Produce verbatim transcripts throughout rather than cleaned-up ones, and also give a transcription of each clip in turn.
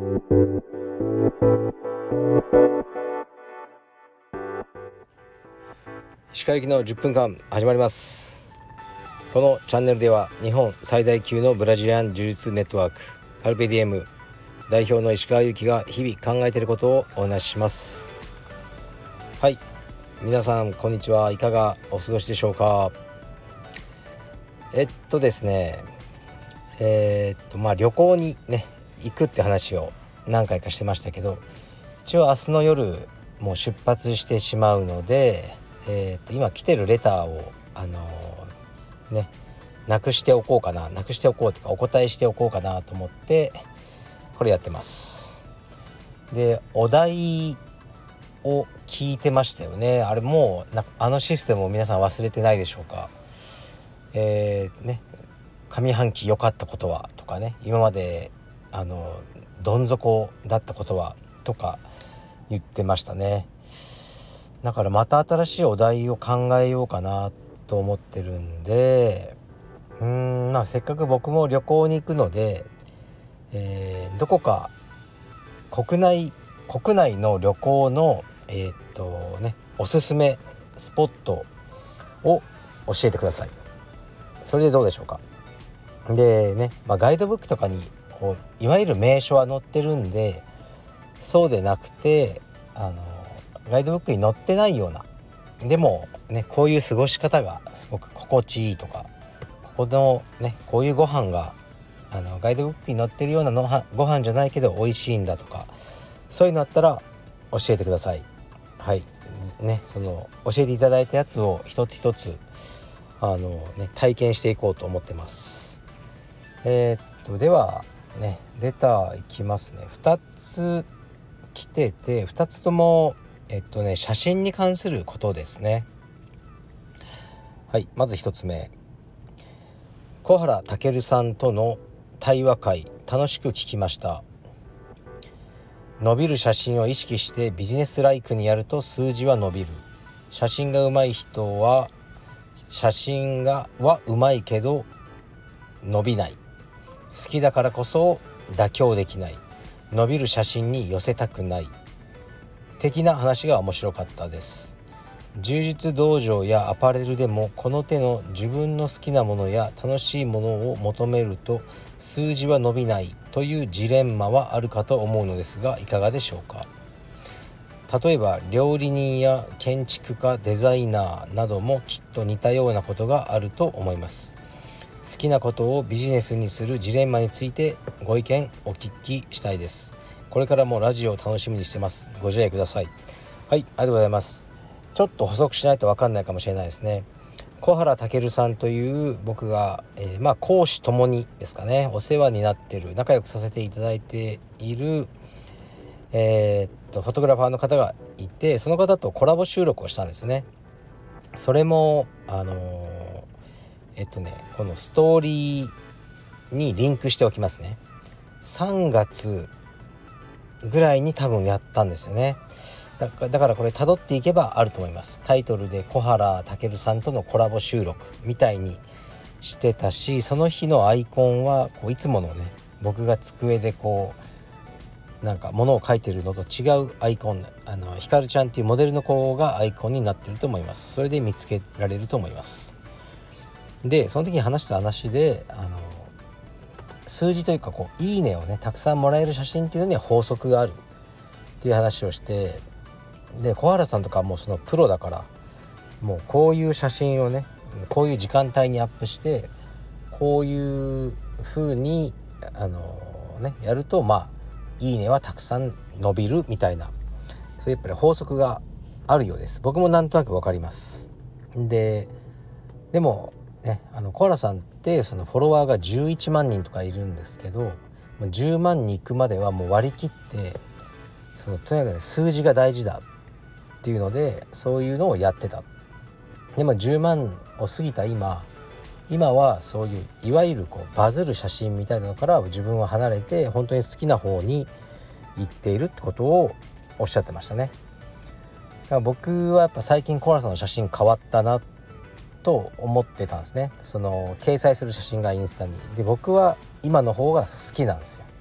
石川行きのじゅっぷんかん始まります。このチャンネルでは日本最大級のブラジリアン柔術ネットワークカルペディエム代表の石川行きが日々考えていることをお話しします。はい、皆さんこんにちは。いかがお過ごしでしょうか。えっとですねえー、っとまあ旅行にね行くって話を何回かしてましたけど、一応明日の夜もう出発してしまうので、えー、と今来てるレターをあのー、ねなくしておこうかななくしておこうというかお答えしておこうかなと思ってこれやってます。でお題を聞いてましたよね。あれもうなあのシステムを皆さん忘れてないでしょうか。えー、ね上半期良かったことはとかね、今まであのどん底だったことはとか言ってましたね。だからまた新しいお題を考えようかなと思ってるんで、うーんまあせっかく僕も旅行に行くので、えー、どこか国内国内の旅行のえー、っとねおすすめスポットを教えてください。それでどうでしょうか。でね、まあ、ガイドブックとかにこういわゆる名所は載ってるんで、そうでなくてあのガイドブックに載ってないような、でもねこういう過ごし方がすごく心地いいとか、ここのねこういうご飯があのガイドブックに載ってるようなのはご飯じゃないけど美味しいんだとか、そういうのあったら教えてください。はいね、その教えていただいたやつを一つ一つあの、ね、体験していこうと思ってます。えー、っとではねレターいきますね。ふたつ来てて、ふたつともえっとね写真に関することですね。はい、まずひとつめ、小原武さんとの対話会楽しく聞きました。伸びる写真を意識してビジネスライクにやると数字は伸びる。写真が上手い人は写真がは上手いけど伸びない。好きだからこそ妥協できない。伸びる写真に寄せたくない的な話が面白かったです。柔術道場やアパレルでもこの手の自分の好きなものや楽しいものを求めると数字は伸びないというジレンマはあるかと思うのですが、いかがでしょうか。例えば料理人や建築家、デザイナーなどもきっと似たようなことがあると思います。好きなことをビジネスにするジレンマについてご意見お聞きしたいです。これからもラジオを楽しみにしてます。ご自愛ください。はい、ありがとうございます。ちょっと補足しないと分かんないかもしれないですね。小原武さんという僕が、えー、まあ講師ともにですかね、お世話になっている、仲良くさせていただいているえー、っとフォトグラファーの方がいて、その方とコラボ収録をしたんですよね。それもあのーえっとねこのストーリーにリンクしておきますね。さんがつぐらいに多分やったんですよね。だから、だからこれ辿っていけばあると思います。タイトルで小原武さんとのコラボ収録みたいにしてたし、その日のアイコンはこういつものね僕が机でこうなんか物を書いてるのと違うアイコン、あのひかるちゃんっていうモデルの子がアイコンになってると思います。それで見つけられると思います。でその時に話した話であの数字というかこういいねをねたくさんもらえる写真っていうのには法則があるっていう話をして、で小原さんとかもうそのプロだから、もうこういう写真をねこういう時間帯にアップしてこういう風にあのねやるとまあいいねはたくさん伸びるみたいな、そういうやっぱり法則があるようです。僕もなんとなくわかります。ででもね、あの小原さんってそのフォロワーがじゅういちまんにんとかいるんですけど、じゅうまんに行くまではもう割り切って、そのとにかく数字が大事だっていうのでそういうのをやってた。でもじゅうまんを過ぎた今今はそういういわゆるこうバズる写真みたいなのから自分は離れて本当に好きな方に行っているってことをおっしゃってましたね。だから僕はやっぱ最近小原さんの写真変わったなと思ってたんですね。その掲載する写真がインスタにで、僕は今の方が好きなんですよ。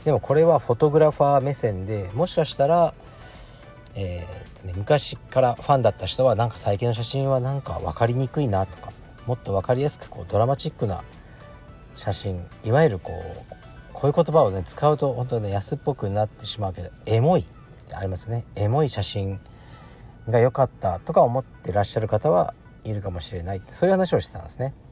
でもこれはフォトグラファー目線で、もしかしたら、えーっとね、昔からファンだった人はなんか最近の写真はなんか分かりにくいなとか、もっと分かりやすくこうドラマチックな写真、いわゆるこうこういう言葉をね使うと本当にね安っぽくなってしまうけど、エモいってありますね。エモい写真が良かったとか思ってらっしゃる方はいるかもしれないって、そういう話をしてたんですね。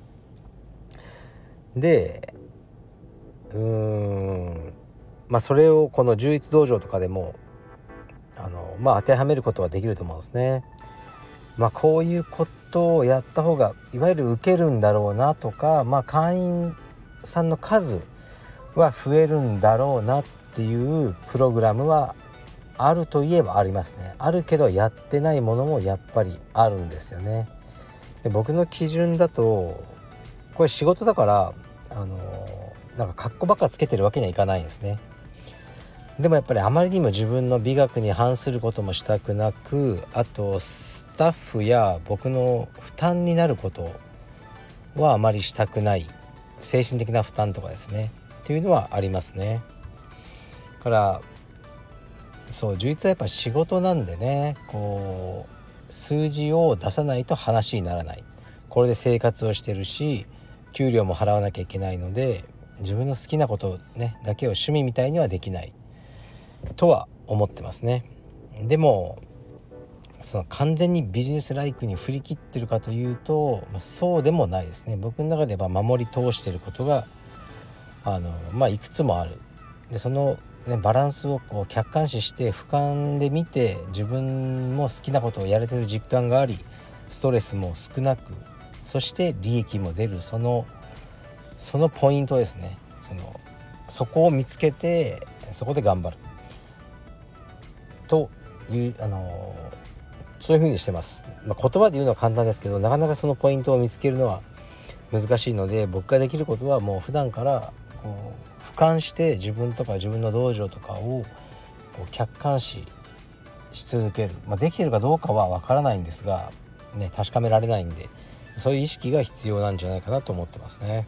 でうーんまあそれをこの充実道場とかでもあのまあ当てはめることはできると思うんですね。まあこういうことをやった方がいわゆる受けるんだろうなとか、まあ会員さんの数は増えるんだろうなっていうプログラムはあるといえばありますね。あるけどやってないものもやっぱりあるんですよね。で僕の基準だとこれ仕事だからあのなんか格好ばっかつけてるわけにはいかないんですね。でもやっぱりあまりにも自分の美学に反することもしたくなく、あとスタッフや僕の負担になることはあまりしたくない、精神的な負担とかですねっていうのはありますね。からそう充実はやっぱ仕事なんでね、こう数字を出さないと話にならない。これで生活をしてるし給料も払わなきゃいけないので、自分の好きなことねだけを趣味みたいにはできないとは思ってますね。でもその完全にビジネスライクに振り切ってるかというと、まあ、そうでもないですね。僕の中では守り通してることがあの、まあ、いくつもある。でその、ね、バランスをこう客観視して俯瞰で見て、自分も好きなことをやれてる実感があり、ストレスも少なく、そして利益も出る、そのそのポイントですね。そのそこを見つけてそこで頑張るというあのそういう風にしてます。まあ、言葉で言うのは簡単ですけど、なかなかそのポイントを見つけるのは難しいので、僕ができることはもう普段からこう俯瞰して自分とか自分の道場とかをこう客観視し続ける、まあ、できてるかどうかは分からないんですが、ね、確かめられないんで、そういう意識が必要なんじゃないかなと思ってますね。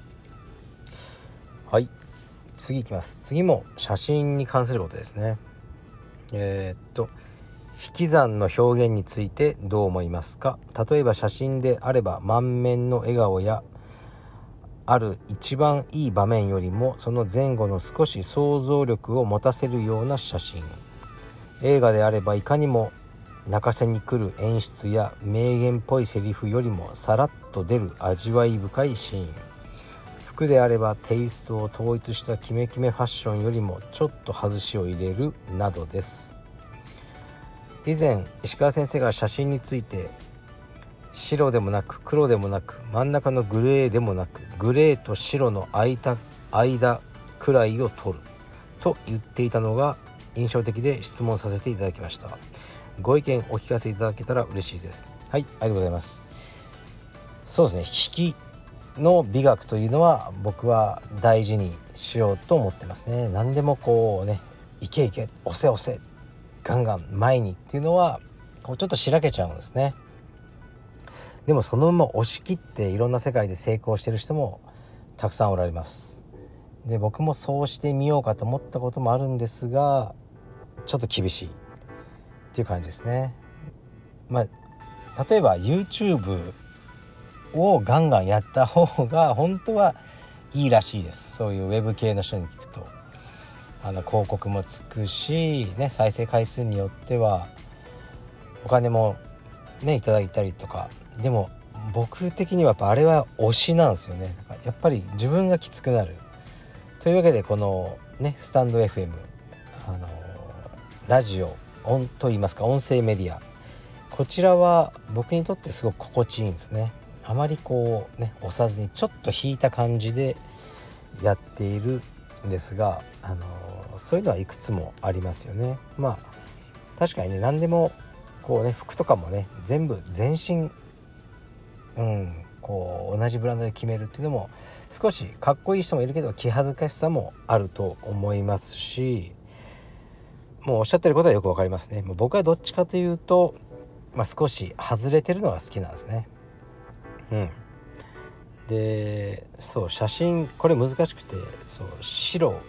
はい、次いきます。次も写真に関することですね。えー、っと引き算の表現についてどう思いますか？例えば写真であれば満面の笑顔やある一番いい場面よりもその前後の少し想像力を持たせるような写真。映画であればいかにも泣かせに来る演出や名言っぽいセリフよりもさらっと出る味わい深いシーン。服であればテイストを統一したキメキメファッションよりもちょっと外しを入れるなどです。以前石川先生が写真について白でもなく黒でもなく真ん中のグレーでもなくグレーと白の間間くらいを取ると言っていたのが印象的で質問させていただきました。ご意見お聞かせいただけたら嬉しいです。はい、ありがとうございます。そうですね、引きの美学というのは僕は大事にしようと思ってますね。何でもこうね、いけいけ押せ押せガンガン前にっていうのはこうちょっとしらけちゃうんですね。でもそのまま押し切っていろんな世界で成功してる人もたくさんおられます。で僕もそうしてみようかと思ったこともあるんですが、ちょっと厳しいっていう感じですね。まあ例えば YouTube をガンガンやった方が本当はいいらしいです。そういうウェブ系の人に聞くと、あの広告もつくし、ね、再生回数によってはお金もねいただいたりとか。でも僕的にはやっぱあれは推しなんですよね。だからやっぱり自分がきつくなるというわけで、このねスタンド エフエム、あのラジオ音といいますか音声メディア、こちらは僕にとってすごく心地いいんですね。あまりこうね押さずにちょっと引いた感じでやっているんですが、あのそういうのはいくつもありますよね。まあ確かにね、何でもこうね服とかもね全部全身うんこう同じブランドで決めるっていうのも少しかっこいい人もいるけど気恥ずかしさもあると思いますし、もうおっしゃってることはよくわかりますね。もう僕はどっちかというと、まあ、少し外れてるのが好きなんですね。うんでそう写真これ難しくて、そう白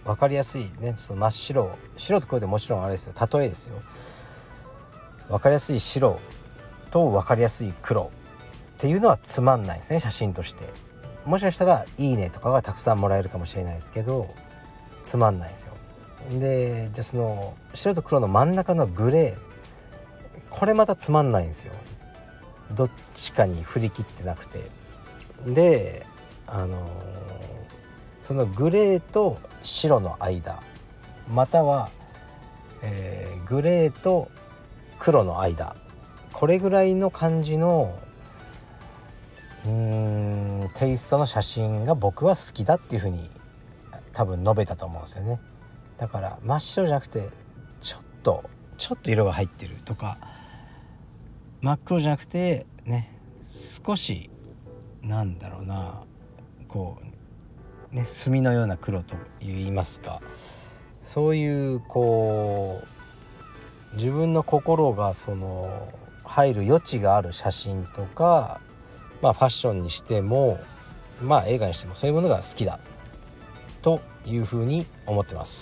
分かりやすいね、その真っ白白と黒でもちろんあれですよ、例えですよ。分かりやすい白と分かりやすい黒っていうのはつまんないですね、写真として。もしかしたらいいねとかがたくさんもらえるかもしれないですけど、つまんないですよ。でじゃあその白と黒の真ん中のグレー、これまたつまんないんですよ。どっちかに振り切ってなくて、であのー、そのグレーと白の間、または、えー、グレーと黒の間、これぐらいの感じのうーんテイストの写真が僕は好きだっていうふうに多分述べたと思うんですよね。だから真っ白じゃなくてちょっとちょっと色が入ってるとか、真っ黒じゃなくてね、少しなんだろうな、こうね、墨のような黒と言いますか、そういうこう自分の心がその入る余地がある写真とか、まあファッションにしてもまあ映画にしてもそういうものが好きだというふうに思ってます。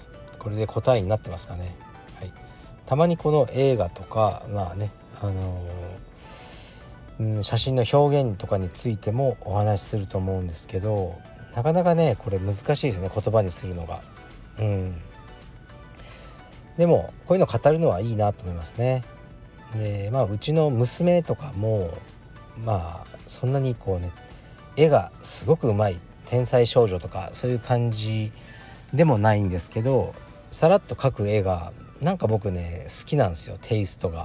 これで答えになってますかね。はい、たまにこの映画とかまあね、あのーうん、写真の表現とかについてもお話しすると思うんですけど、なかなかねこれ難しいですよね、言葉にするのが。うん、でもこういうの語るのはいいなと思いますね。でまあうちの娘とかもまあそんなにこうね絵がすごくうまい天才少女とかそういう感じでもないんですけど、さらっと描く絵がなんか僕ね好きなんですよ、テイストが。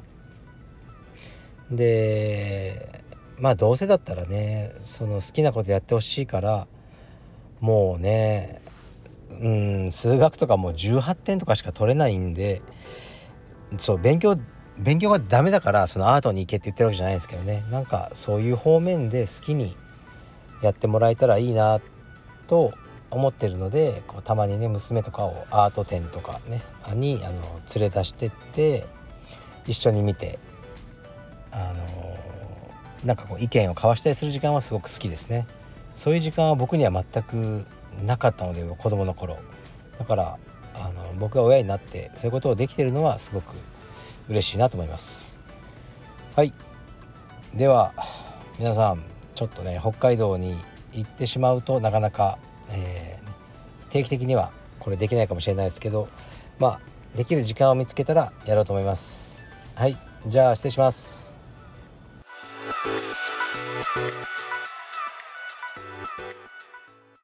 でまあどうせだったらねその好きなことやってほしいから、もうねうん数学とかもうじゅうはってんとかしか取れないんで、そう勉強勉強がダメだからそのアートに行けって言ってるわけじゃないですけどね、なんかそういう方面で好きにやってもらえたらいいなと思ってるので、こうたまにね娘とかをアート展とかねにあの連れ出してって一緒に見て、あのー、なんかこう意見を交わしたりする時間はすごく好きですね。そういう時間は僕には全くなかったので、子供の頃だから、あの僕が親になってそういうことをできているのはすごく嬉しいなと思います。はい、では皆さんちょっとね北海道に行ってしまうとなかなか、えー、定期的にはこれできないかもしれないですけど、まあできる時間を見つけたらやろうと思います。はい、じゃあ失礼します。